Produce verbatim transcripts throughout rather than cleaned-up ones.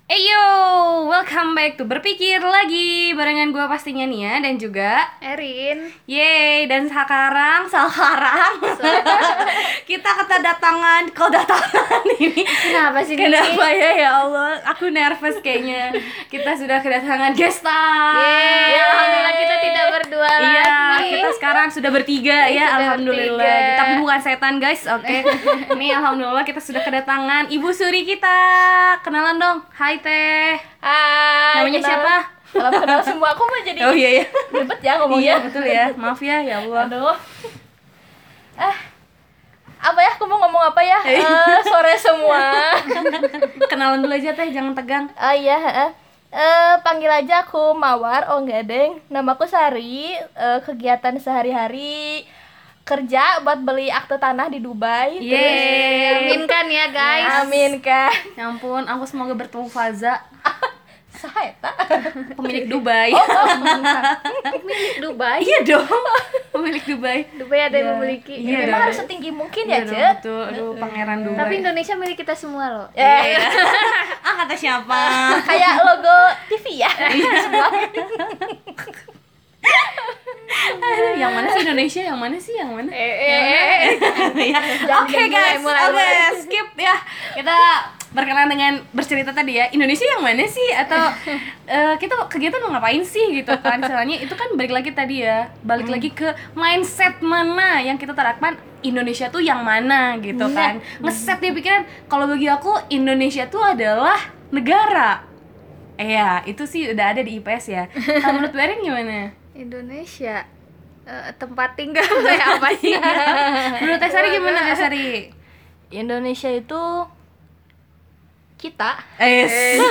Eyo, welcome back to Berpikir Lagi barengan gue pastinya Nia dan juga Erin. Yeay, dan sekarang, sekarang kita kedatangan, kedatangan ini Kenapa sih Kenapa ya, ya Allah, aku nervous kayaknya. Kita sudah kedatangan guest star. Yeay, alhamdulillah kita tidak berdua Iya, lagi. kita sekarang sudah bertiga ya, Sudah alhamdulillah. bertiga. Tapi bukan setan guys, oke. Ini alhamdulillah kita sudah kedatangan Ibu Suri kita. Kenalan dong, hai Teh. Hai, Namanya kenal- siapa? Salam kenal semua, aku mau jadi Oh iya ya. ribet ya Iya ngomongnya. betul ya, maaf ya, ya Allah. Aduh. Eh, apa ya? Aku mau ngomong apa ya? Eh. Eh, sore semua. Kenalan dulu aja Teh, jangan tegang. Oh iya, heeh. Eh, panggil aja aku Mawar, oh enggak deng. Namaku Sari. Eh, kegiatan sehari-hari kerja buat beli akte tanah di Dubai. Yeay. Aminkan ya guys. Aminkan. Ya ampun, aku semoga bertemu Faza, Saeta. pemilik Dubai. Milik Dubai. Iya dong, pemilik Dubai. Dubai ada yang Iya. memiliki. Iya Memang dong. harus setinggi mungkin Iya ya, dong, Cek. betul. Aduh, pangeran Dubai. Tapi Indonesia milik kita semua loh. Eh, Ah, kata siapa? kayak logo T V ya. Aduh, yang mana sih Indonesia? Yang mana sih? Yang mana? Eh, eh, eh. Ya. Jangan Oke mulai, guys, mulai, oke mulai. skip ya. Kita berkenalan dengan bercerita tadi ya. Indonesia yang mana sih? Atau eh, kita kegiatan mau ngapain sih gitu kan? Misalnya itu kan balik lagi tadi ya. Balik Hmm. lagi ke mindset mana yang kita terapkan. Indonesia tuh yang mana gitu kan? Ngeset dia pikiran. Kalau bagi aku Indonesia tuh adalah negara. Iya, itu sih udah ada di I P S ya. Kalau menurut Berin gimana? Indonesia eh, tempat tinggal kayak apa sih? Menurut Teh Sari gimana Teh Sari? Indonesia itu kita. Es.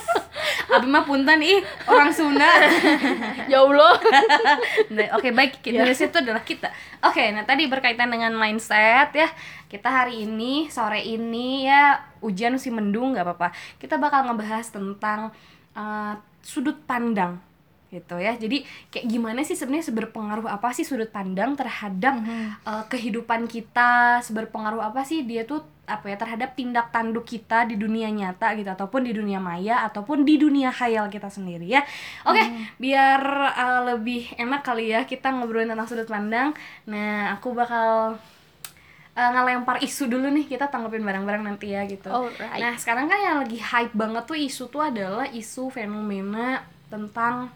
Abi mah punten ih, orang Sunda. Ya Allah. Nah, oke baik, Indonesia itu adalah kita. Oke, nah tadi berkaitan dengan mindset ya. Kita hari ini, sore ini ya hujan sih mendung nggak apa-apa. Kita bakal ngebahas tentang uh, sudut pandang gitu ya. Jadi kayak gimana sih sebenarnya seberpengaruh apa sih sudut pandang terhadap uh, kehidupan kita, seberpengaruh apa sih dia tuh apa ya terhadap tindak tanduk kita di dunia nyata gitu ataupun di dunia maya ataupun di dunia khayal kita sendiri ya. Oke, biar uh, lebih enak kali ya kita ngobrolin tentang sudut pandang. Nah, aku bakal uh, ngelempar isu dulu nih, kita tanggapin bareng-bareng nanti ya gitu. Alright. Nah, sekarang kan yang lagi hype banget tuh isu tuh adalah isu fenomena tentang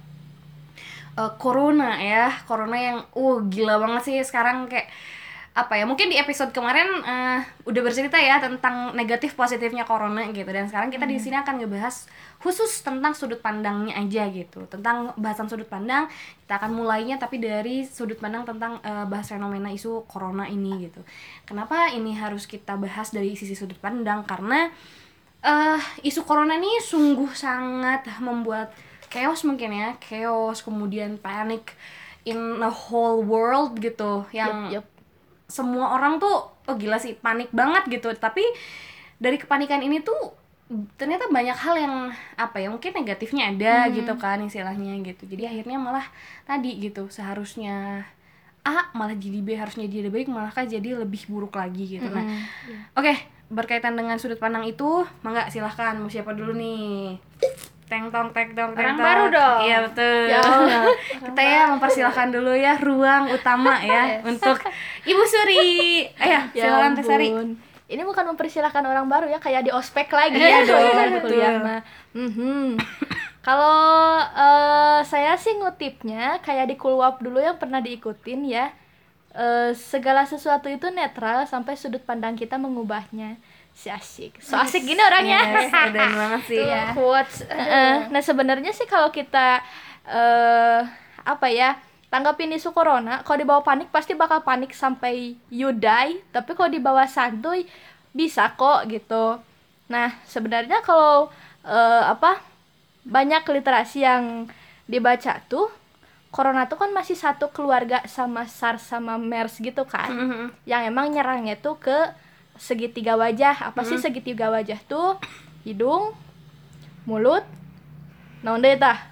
uh, corona ya. Corona yang uh gila banget sih sekarang kayak apa ya, mungkin di episode kemarin uh, udah bercerita ya tentang negatif positifnya corona gitu, dan sekarang kita di sini akan ngebahas khusus tentang sudut pandangnya aja gitu, tentang bahasan sudut pandang. Kita akan mulainya tapi dari sudut pandang tentang uh, bahas fenomena isu corona ini gitu. Kenapa ini harus kita bahas dari sisi sudut pandang? Karena uh, isu corona ini sungguh sangat membuat chaos mungkin ya, chaos kemudian panic in the whole world gitu, yang Yup, yup. semua orang tuh oh gila sih panik banget gitu. Tapi dari kepanikan ini tuh ternyata banyak hal yang apa ya mungkin negatifnya ada gitu kan istilahnya gitu. Jadi akhirnya malah tadi gitu seharusnya A malah jadi B, harusnya jadi baik malah kan jadi lebih buruk lagi gitu. Nah, oke, berkaitan dengan sudut pandang itu, mangga silahkan mau siapa dulu nih? Teng tong teng tong teng Orang tong. baru dong. Iya betul. Ya Allah. Kita ya mempersilahkan dulu ya ruang utama ya untuk Ibu Suri. Ayo, silakan Teh Sari. ampun. Ini bukan mempersilahkan orang baru ya, kayak di ospek lagi Iya ya dong, kuliah betul. kuliah mah. Mhm. Kalau eh, saya sih ngutipnya kayak di Kulwap dulu yang pernah diikutin ya. Eh, segala sesuatu itu netral sampai sudut pandang kita mengubahnya. Si asik. So asik gini orangnya. Yes, edan banget sih. Tuh, quotes. Eh, nah sebenarnya sih kalau kita eh apa ya tanggapin isu corona, kalau dibawa panik pasti bakal panik sampai you die. Tapi kalau dibawa santuy bisa kok gitu. Nah sebenarnya kalau eh, apa banyak literasi yang dibaca tuh, corona tuh kan masih satu keluarga sama SARS sama MERS gitu kan, yang emang nyerangnya tuh ke segitiga wajah. Apa sih segitiga wajah tuh? Hidung, mulut, naon deui tah?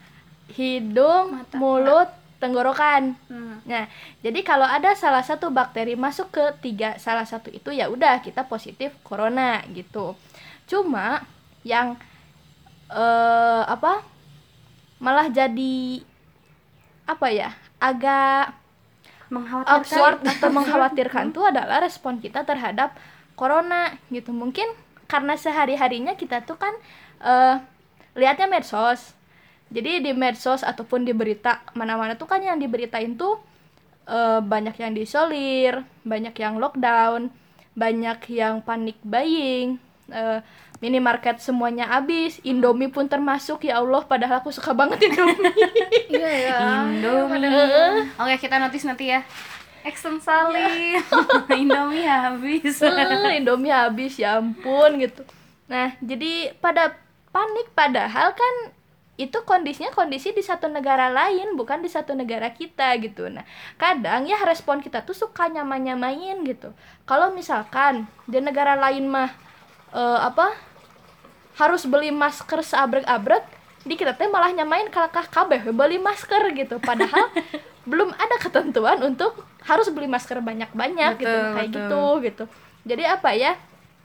Hidung, Mata. mulut, tenggorokan. Hmm. Nah, jadi kalau ada salah satu bakteri masuk ke tiga salah satu itu ya udah kita positif corona gitu. Cuma yang eh apa malah jadi apa ya agak Mengkhawatirkan. absurd atau mengkhawatirkan tuh adalah respon kita terhadap corona gitu. Mungkin karena sehari-harinya kita tuh kan eh, lihatnya medsos. Jadi di medsos ataupun di berita mana-mana tuh kan yang diberitain tuh eh, banyak yang diisolir, banyak yang lockdown, banyak yang panic buying, eh, minimarket semuanya habis, Indomie pun termasuk. Ya Allah, padahal aku suka banget Indomie. Iya ya. Indomie. Oke, kita notice nanti ya. Action Salim. Indomie habis. Eh, Indomie habis, ya ampun gitu. Nah, jadi pada panik padahal kan itu kondisinya kondisi di satu negara lain, bukan di satu negara kita gitu. Nah, kadang ya respon kita tuh suka nyama-nyamain gitu. Kalau misalkan di negara lain mah eh, apa harus beli masker seabrek-abrek, di kita teh malah nyamain kalakah kabeh beli masker gitu. Padahal belum ada ketentuan untuk harus beli masker banyak-banyak gitu, Betul, kayak betul. gitu gitu. Jadi apa ya?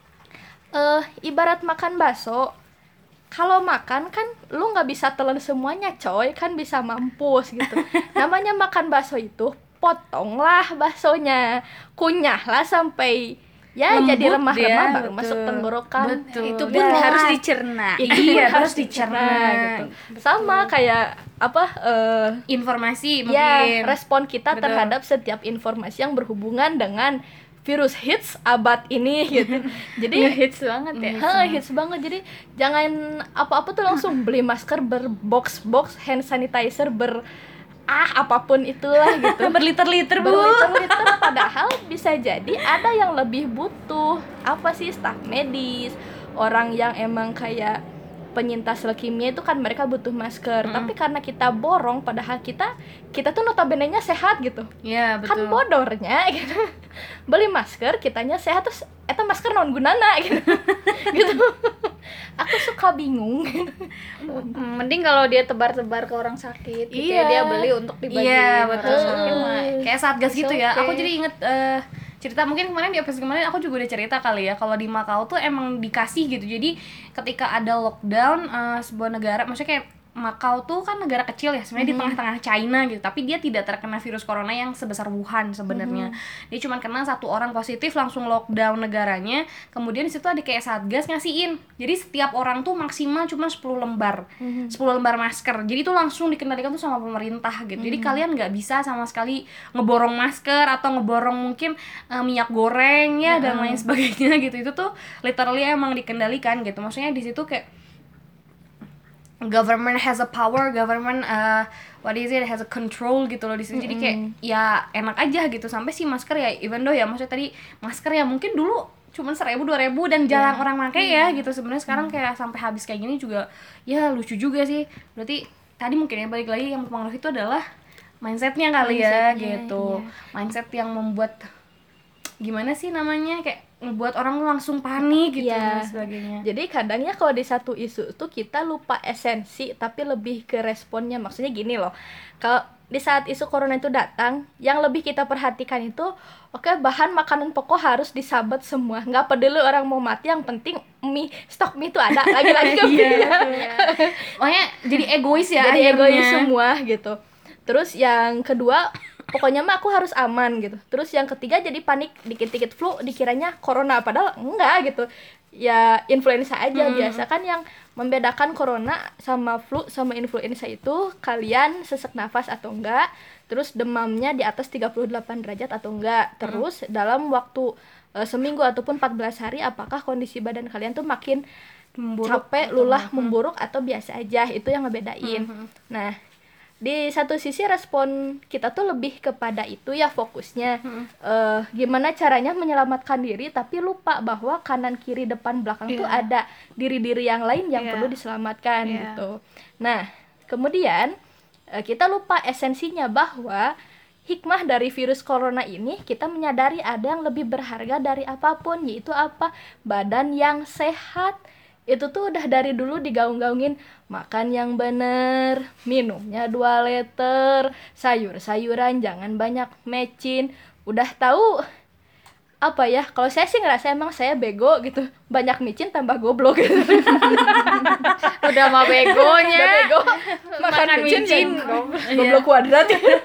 Eh ibarat makan bakso, kalau makan kan lu nggak bisa telan semuanya coy, kan bisa mampus gitu. Namanya makan bakso itu potonglah baksonya, kunyahlah sampai ya Lembut jadi remah-remah dia, baru betul. masuk tenggorokan. Betul. Itu pun Ya. harus dicerna. Itu Iya, pun harus dicerna. gitu. Sama kayak apa eh, Informasi ya mungkin. respon kita Betul. terhadap setiap informasi yang berhubungan dengan virus hits abad ini gitu. Jadi Hits banget ya. Hah, hits banget. Jadi jangan apa-apa tuh langsung beli masker berbox-box, hand sanitizer ber ah apapun itulah gitu. Berliter-liter, Bu. Berliter-liter, padahal bisa jadi ada yang lebih butuh. Apa sih, staf medis, orang yang emang kayak penyintas leukemia itu kan mereka butuh masker. Tapi karena kita borong, padahal kita kita tuh notabene-nya sehat gitu. Iya, Kan betul. bodornya gitu. Beli masker, kitanya sehat, terus eta masker naon gunana gitu. Gitu. Aku suka bingung. Hmm, Mending kalau dia tebar-tebar ke orang sakit gitu Iya. ya, dia beli untuk dibagi Iya, orang betul. sakit mah. Kayak Satgas gitu ya. Oke. Aku jadi inget eh, cerita, mungkin kemarin di episode kemarin aku juga udah cerita kali ya, kalau di Makau tuh emang dikasih gitu. Jadi ketika ada lockdown eh, sebuah negara, maksudnya kayak Makau tuh kan negara kecil ya sebenarnya, di tengah-tengah China gitu, tapi dia tidak terkena virus corona yang sebesar Wuhan sebenarnya. Dia cuma kena satu orang positif langsung lockdown negaranya. Kemudian di situ ada kayak Satgas ngasihin. Jadi setiap orang tuh maksimal cuma sepuluh lembar. sepuluh lembar masker. Jadi itu langsung dikendalikan tuh sama pemerintah gitu. Jadi kalian nggak bisa sama sekali ngeborong masker atau ngeborong mungkin eh, minyak goreng ya dan lain sebagainya gitu. Itu tuh literally emang dikendalikan gitu. Maksudnya di situ kayak government has a power, government uh, what is it, has a control gitu loh di sini. Jadi kayak ya enak aja gitu. Sampai si masker ya, even though ya maksudnya tadi masker ya mungkin dulu cuma seribu dua ribu dan jarang orang pakai ya gitu. Sebenarnya sekarang kayak sampai habis kayak gini juga ya lucu juga sih. Berarti tadi mungkin ya balik lagi yang mempengaruhi itu adalah mindsetnya kali ya gitu. Mindset yang membuat gimana sih namanya, kayak ngebuat orang langsung panik gitu Iya. dan sebagainya. Jadi kadangnya kalau di satu isu tuh kita lupa esensi tapi lebih ke responnya. Maksudnya gini loh, kalau di saat isu corona itu datang, yang lebih kita perhatikan itu oke, bahan makanan pokok harus disabat semua, nggak peduli orang mau mati, yang penting mie, stok mie itu ada, lagi-lagi ke mie. Iya. Pokoknya jadi egois ya Jadi akhirnya. egois semua gitu. Terus yang kedua, pokoknya mah aku harus aman gitu. Terus yang ketiga jadi panik, dikit-dikit flu dikiranya corona, padahal enggak gitu. Ya influenza aja. Biasa kan yang membedakan corona sama flu sama influenza itu kalian sesak nafas atau enggak, terus demamnya di atas tiga puluh delapan derajat atau enggak, terus dalam waktu e, seminggu ataupun empat belas hari apakah kondisi badan kalian tuh makin Memburuk capek, lulah, memburuk atau biasa aja. Itu yang ngebedain. Nah, di satu sisi respon kita tuh lebih kepada itu ya, fokusnya eh, gimana caranya menyelamatkan diri, tapi lupa bahwa kanan kiri depan belakang tuh Iya. ada diri-diri yang lain yang Iya. perlu diselamatkan Iya. gitu. Nah, kemudian eh, kita lupa esensinya bahwa hikmah dari virus corona ini kita menyadari ada yang lebih berharga dari apapun, yaitu apa? Badan yang sehat. Itu tuh udah dari dulu digaung-gaungin, makan yang bener, minumnya dua liter, sayur-sayuran jangan banyak mecin. Udah tahu apa ya, kalau saya sih ngerasa emang saya bego gitu, banyak micin tambah goblok gitu. Udah udah mah begonya. Udah bego makan Makan micin, micin. kan? Goblok kuadrat.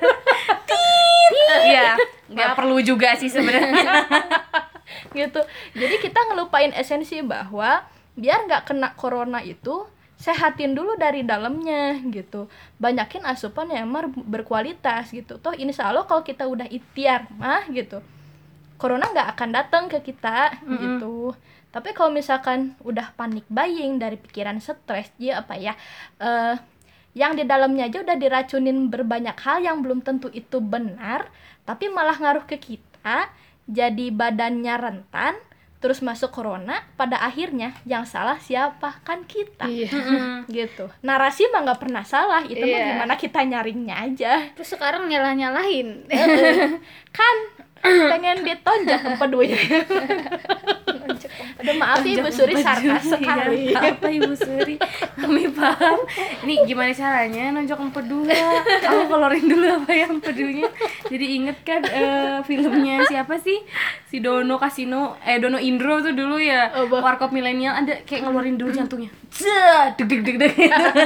Iya, nggak perlu juga sih sebenarnya. Gitu. Jadi kita ngelupain esensi bahwa biar nggak kena corona itu sehatin dulu dari dalamnya gitu, banyakin asupan yang emang berkualitas gitu. Toh insya Allah kalau kita udah ikhtiar mah gitu, corona nggak akan datang ke kita. Mm-hmm. Gitu. Tapi kalau misalkan udah panik buying dari pikiran stres, ya apa ya, uh, yang di dalamnya aja udah diracunin berbanyak hal yang belum tentu itu benar, tapi malah ngaruh ke kita, jadi badannya rentan, terus masuk corona, pada akhirnya yang salah siapa? Kan kita. Iya. Gitu. Narasi mah nggak pernah salah, itu mah Iya. gimana kita nyaringnya aja. Terus sekarang nyalah-nyalahin. Kan pengen ditonjok empedunya. Aduh maaf ya Ibu Suri, sarkas sekali. Iya, apa Ibu Suri? Kami paham. Ini gimana caranya nonjok empedu? Aku kolorin dulu apa yang empedunya. Jadi inget kan eh, filmnya siapa sih? Si Dono Kasino, eh Dono Indro tuh dulu ya. Oh, bah. Warkop milenial ada kayak ngeluarin dulu jantungnya. Zah, deg deg deg deg.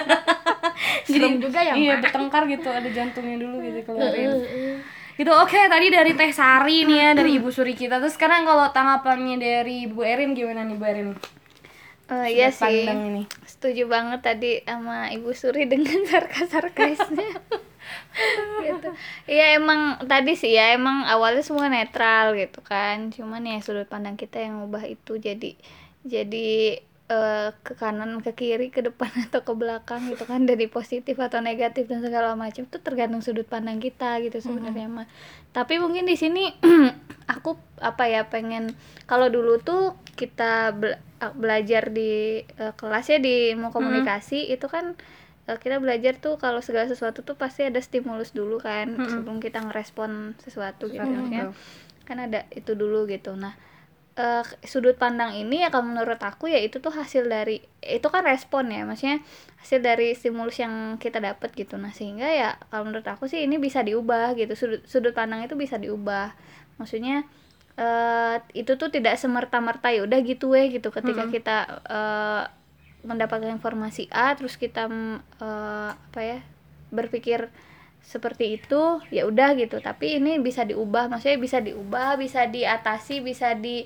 Serem juga ya, iya, Mak. bertengkar gitu, ada jantungnya dulu gitu keluarin. Gitu. Oke, tadi dari Teh Sari nih ya, dari Ibu Suri kita. Terus sekarang kalau tanggapannya dari Bu Erin gimana nih Bu Erin? Oh iya Sudut sih, pandang ini. setuju banget tadi sama Ibu Suri dengan sarkas-sarkasnya. Gitu. Iya emang tadi sih ya emang awalnya semua netral gitu kan, cuman ya sudut pandang kita yang ubah itu jadi jadi eh, ke kanan, ke kiri, ke depan atau ke belakang gitu kan, dari positif atau negatif dan segala macam itu tergantung sudut pandang kita gitu sebenarnya mah. Tapi mungkin di sini aku apa ya pengen, kalau dulu tuh kita bela- belajar di eh, kelas ya di ilmu komunikasi itu kan eh, kita belajar tuh kalau segala sesuatu tuh pasti ada stimulus dulu kan sebelum kita ngerespon sesuatu gitu maksudnya kan ada itu dulu gitu. Nah Uh, sudut pandang ini ya kalau menurut aku ya itu tuh hasil dari itu kan respon ya, maksudnya hasil dari stimulus yang kita dapat gitu. Nah sehingga ya kalau menurut aku sih ini bisa diubah gitu, sudut sudut pandang itu bisa diubah, maksudnya uh, itu tuh tidak semerta-merta ya udah gitu weh gitu ketika hmm. kita uh, mendapatkan informasi A terus kita uh, apa ya berpikir seperti itu ya udah gitu, tapi ini bisa diubah, maksudnya bisa diubah, bisa diatasi, bisa di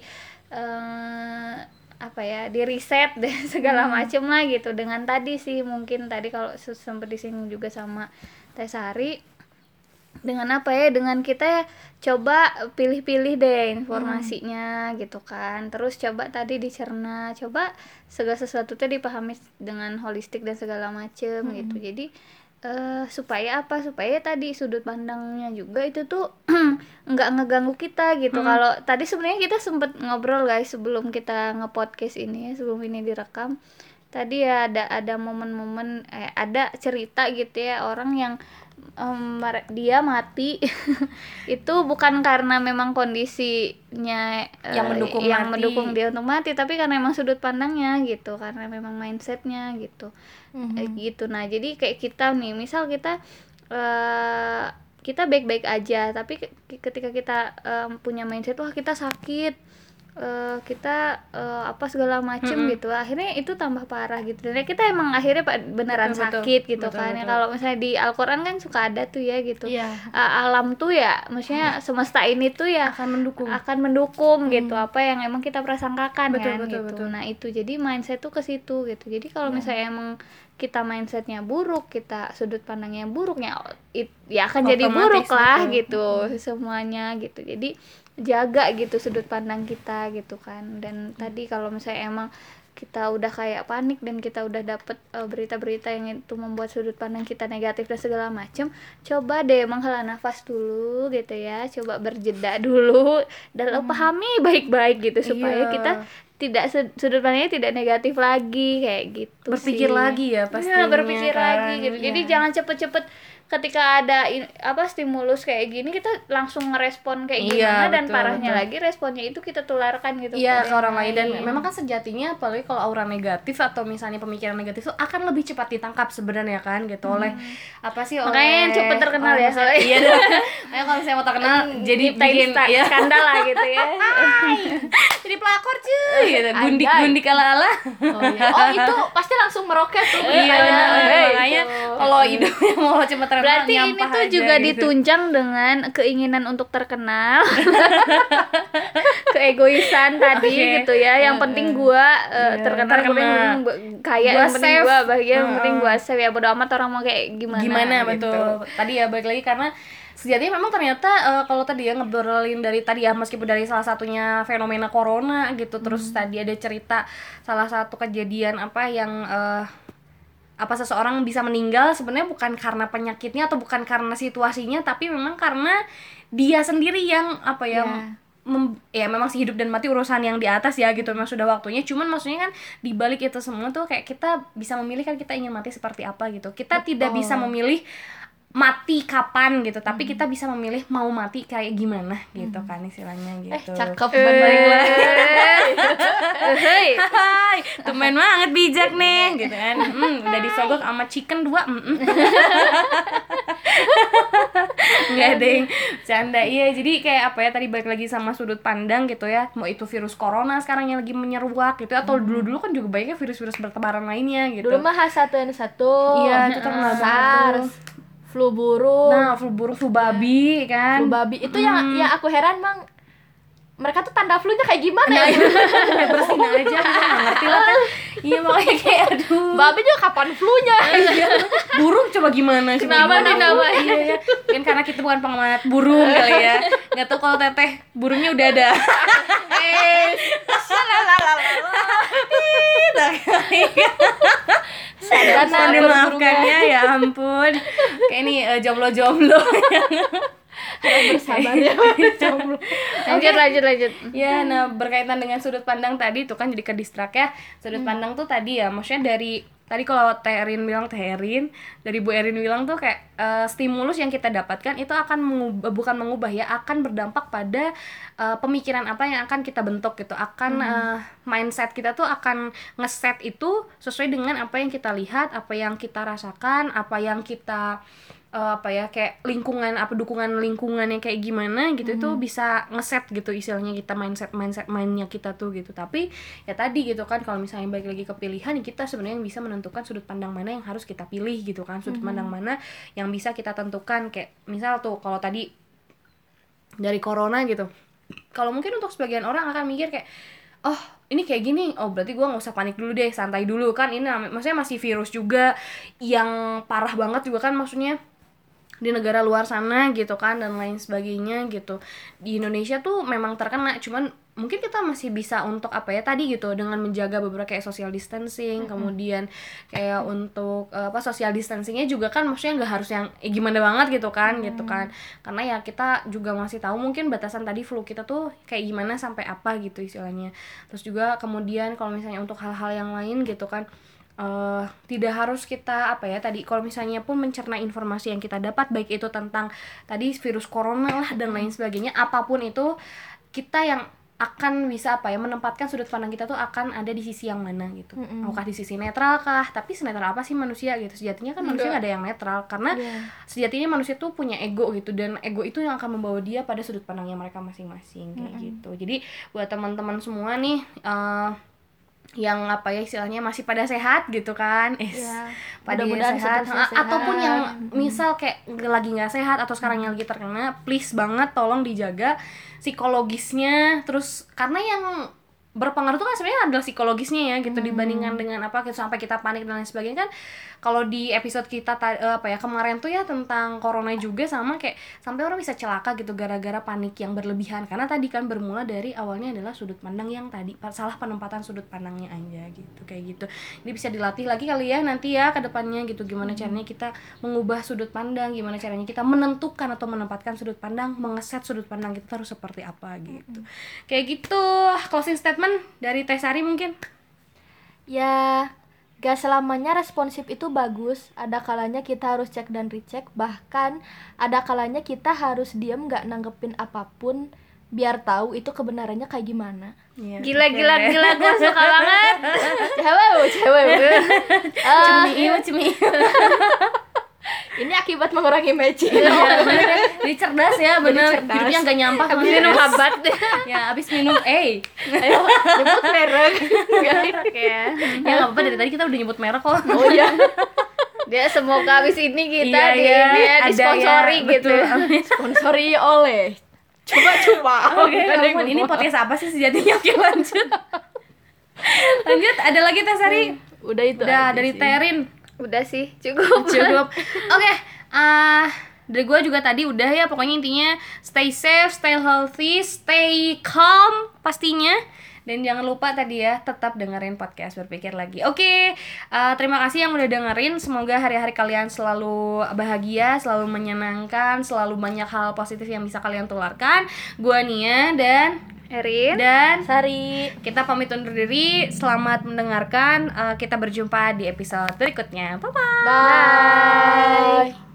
uh, apa ya di reset dan segala hmm. macem lah gitu dengan tadi sih mungkin tadi kalau sempat disinggung juga sama Teh Sari, dengan apa ya dengan kita ya coba pilih-pilih deh informasinya hmm. gitu kan, terus coba tadi dicerna, coba segala sesuatu tuh dipahami dengan holistik dan segala macem hmm. gitu. Jadi Uh, supaya apa supaya tadi sudut pandangnya juga itu tuh nggak ngeganggu kita gitu. hmm. Kalau tadi sebenarnya kita sempet ngobrol guys sebelum kita nge-podcast ini ya, sebelum ini direkam tadi ya ada ada momen-momen eh, ada cerita gitu ya orang yang um, dia mati itu bukan karena memang kondisinya uh, yang mendukung yang mati. mendukung dia untuk mati, tapi karena memang sudut pandangnya gitu, karena memang mindsetnya gitu. Mm-hmm. eh, gitu. Nah jadi kayak kita nih misal kita uh, kita baik-baik aja, tapi ketika kita um, punya mindset wah kita sakit Uh, kita uh, apa segala macem mm-hmm. gitu, akhirnya itu tambah parah gitu, dan kita emang akhirnya beneran betul, sakit betul, gitu betul, kan betul. Ya kalau misalnya di Al-Quran kan suka ada tuh ya gitu yeah. uh, alam tuh ya maksudnya hmm. semesta ini tuh ya akan mendukung akan mendukung hmm. gitu apa yang emang kita prasangkakan betul, kan betul, gitu betul. Nah itu jadi mindset tuh ke situ gitu. Jadi kalau yeah. misalnya emang kita mindsetnya buruk, kita sudut pandangnya buruknya it, ya akan otomatis jadi buruk lah betul. Gitu hmm. semuanya gitu. Jadi jaga gitu sudut pandang kita gitu kan. Dan hmm. tadi kalau misalnya emang kita udah kayak panik dan kita udah dapet uh, berita-berita yang itu membuat sudut pandang kita negatif dan segala macem, coba deh menghela nafas dulu gitu ya, coba berjeda dulu dan hmm. pahami baik-baik gitu supaya yeah. kita tidak sudut pandangnya tidak negatif lagi kayak gitu. Berpikir sih. lagi ya pastinya. Ya, berpikir kan? lagi gitu. Ya. Jadi jangan cepet-cepet ketika ada in, apa stimulus kayak gini kita langsung ngerespon kayak Iya, gimana dan betul, parahnya betul. lagi responnya itu kita tularkan gitu Iya pada ke orang lain. Dan lain. memang kan sejatinya apalagi kalau aura negatif atau misalnya pemikiran negatif itu akan lebih cepat ditangkap sebenarnya kan gitu oleh apa sih oleh Makanya yang cepet terkenal oleh- ya, soalnya. iya dong. Makanya kalau misalnya mau terkenal jadi Nyiptain bikin sta- ya skandal lah gitu ya. jadi pelakor cuy gitu. Anjay. Gundik-gundik ala-ala. Oh, iya. Oh itu pasti langsung meroket tuh Iya beritanya. benar. Hei, Makanya gitu. kalau hidupnya mau cepat terkenal Berarti ini nyampah tuh aja juga gitu. ditunjang dengan keinginan untuk terkenal. Keegoisan tadi Oke. gitu ya. Yang Eh, penting gua eh, iya, terkenal, yang penting terkenal. gua kaya, Gua yang penting save. gua bahagia, yang penting Heeh. gua save ya bodo amat orang mau kayak gimana. gimana gitu. betul tadi ya balik lagi karena sejatinya memang ternyata eh, kalau tadi ya ngobrolin dari tadi ya meskipun dari salah satunya fenomena corona gitu terus tadi ada cerita salah satu kejadian apa yang eh, apa seseorang bisa meninggal sebenarnya bukan karena penyakitnya atau bukan karena situasinya tapi memang karena dia sendiri yang apa ya Ya. mem- ya memang sih hidup dan mati urusan yang di atas ya gitu memang sudah waktunya cuman maksudnya kan di balik itu semua tuh kayak kita bisa memilih kan kita ingin mati seperti apa gitu kita tidak bisa memilih mati kapan gitu tapi kita bisa memilih mau mati kayak gimana gitu kan istilahnya Eh gitu. cakep Eh, banget. hei. Hai, tumben banget bijak nih gitu kan. Hmm, udah disogok sama chicken dua. Mm -mm. Enggak deng, canda. Iya, jadi kayak apa ya tadi balik lagi sama sudut pandang gitu ya. Mau itu virus corona sekarang yang lagi menyeruak gitu atau dulu-dulu kan juga banyaknya virus-virus bertebaran lainnya gitu. Dulu mah H satu N satu. Iya, itu terkenal banget SARS, tuh. flu burung, Nah, flu burung, flu babi kan. flu babi. Itu yang yang aku heran mang mereka tuh tanda flu-nya kayak gimana Nah, ya? itu bersihin aja, aku nggak ngerti lah kan. Iya makanya kayak aduh. Babi juga kapan flu-nya? Iya. Burung coba gimana? Coba Kenapa gimana? nih nama? Iya ya. Kan karena kita bukan pengamat burung kali ya. Nggak tahu kalau teteh burungnya udah ada. Eh, Mohon Sadana dimaafkannya ya ampun. Kayak ini eh, jomblo-jomblo. harus bersabar ya. Lanjut lanjut lanjut. Ya, nah berkaitan dengan sudut pandang tadi itu kan jadi ke distrak ya. Sudut pandang tuh tadi ya, maksudnya dari tadi kalau Teh Erin bilang Teh Erin, dari Bu Erin bilang tuh kayak eh, stimulus yang kita dapatkan itu akan mengubah, bukan mengubah ya, akan berdampak pada eh, pemikiran apa yang akan kita bentuk gitu. Akan eh, mindset kita tuh akan ngeset itu sesuai dengan apa yang kita lihat, apa yang kita rasakan, apa yang kita eh, apa ya kayak lingkungan apa dukungan lingkungannya kayak gimana gitu itu bisa ngeset gitu istilahnya kita mindset mindset mindnya kita tuh gitu tapi ya tadi gitu kan kalau misalnya balik lagi ke pilihan ya kita sebenarnya yang bisa menentukan sudut pandang mana yang harus kita pilih gitu kan sudut pandang mana yang bisa kita tentukan kayak misal tuh kalau tadi dari corona gitu kalau mungkin untuk sebagian orang akan mikir kayak oh ini kayak gini, oh berarti gue nggak usah panik dulu deh, santai dulu kan ini nam- maksudnya masih virus juga yang parah banget juga kan maksudnya di negara luar sana gitu kan dan lain sebagainya gitu. Di Indonesia tuh memang terkena, cuman mungkin kita masih bisa untuk apa ya tadi gitu dengan menjaga beberapa kayak social distancing, mm-hmm. kemudian kayak untuk uh, apa social distancingnya juga kan maksudnya nggak harus yang eh, gimana banget gitu kan mm-hmm. gitu kan. Karena ya kita juga masih tahu mungkin batasan tadi flu kita tuh kayak gimana sampai apa gitu istilahnya. Terus juga kemudian kalau misalnya untuk hal-hal yang lain gitu kan Uh, tidak harus kita apa ya tadi kalau misalnya pun mencerna informasi yang kita dapat baik itu tentang tadi virus corona lah dan lain sebagainya apapun itu kita yang akan bisa apa ya menempatkan sudut pandang kita tuh akan ada di sisi yang mana gitu mm-hmm. apakah di sisi netral kah tapi senetral apa sih manusia gitu sejatinya kan manusia nggak ada yang netral karena yeah. sejatinya manusia tuh punya ego gitu dan ego itu yang akan membawa dia pada sudut pandangnya mereka masing-masing kayak mm-hmm. gitu jadi buat teman-teman semua nih uh, yang apa ya istilahnya masih pada sehat gitu kan es ya, pada mudah-mudahan sehat. sehat ataupun yang misal kayak lagi nggak sehat atau sekarang yang lagi terkena please banget tolong dijaga psikologisnya terus karena yang berpengaruh tuh kan sebenarnya adalah psikologisnya ya gitu hmm. dibandingkan dengan apa gitu, sampai kita panik dan lain sebagainya kan kalau di episode kita uh, apa ya kemarin tuh ya tentang corona juga sama kayak sampai orang bisa celaka gitu gara-gara panik yang berlebihan karena tadi kan bermula dari awalnya adalah sudut pandang yang tadi salah penempatan sudut pandangnya aja gitu kayak gitu ini bisa dilatih lagi kali ya nanti ya ke depannya gitu gimana hmm. caranya kita mengubah sudut pandang gimana caranya kita menentukan atau menempatkan sudut pandang mengeset sudut pandang kita harus seperti apa gitu hmm. kayak gitu closing statement dari Teh Sari mungkin ya Gak selamanya responsif itu bagus. Ada kalanya kita harus cek dan recheck. Bahkan ada kalanya kita harus diam gak nanggepin apapun, biar tahu itu kebenarannya kayak gimana. Iya, Gila oke. gila gila gue suka banget. Cewek, cewek. Eh, Cemiu, cemiu. ini akibat mengurangi matching. Iya, bener ya. Jadi cerdas ya, bener. cerdas. Hidupnya gak nyampah. Habis banget. minum habat. Ya, abis minum, eh. Ayo, nyebut merek. Ya. Ya gak apa-apa, dari tadi kita udah nyebut merek kok. Oh iya. Dia semoga habis ini kita Iya, di iya. dia Ada disponsori ya, gitu. betul. Amin. Sponsori oleh. Coba-coba. Oke, ampun, ini podcast apa sih sejatinya? Oke, lanjut. Lanjut, ada lagi Teh Sari? Udah itu. Udah, aja dari sih. Terin. Udah sih, cukup. Cukup. Oke, ah dari gue juga tadi udah ya, pokoknya intinya stay safe, stay healthy, stay calm pastinya. Dan jangan lupa tadi ya, tetap dengerin podcast Berpikir Lagi. Oke, uh, terima kasih yang udah dengerin. Semoga hari-hari kalian selalu bahagia, selalu menyenangkan, selalu banyak hal positif yang bisa kalian tularkan. Gua Nia dan Erin. dan Sari. kita pamit undur diri. Selamat mendengarkan. Uh, kita berjumpa di episode berikutnya. Bye bye. Bye.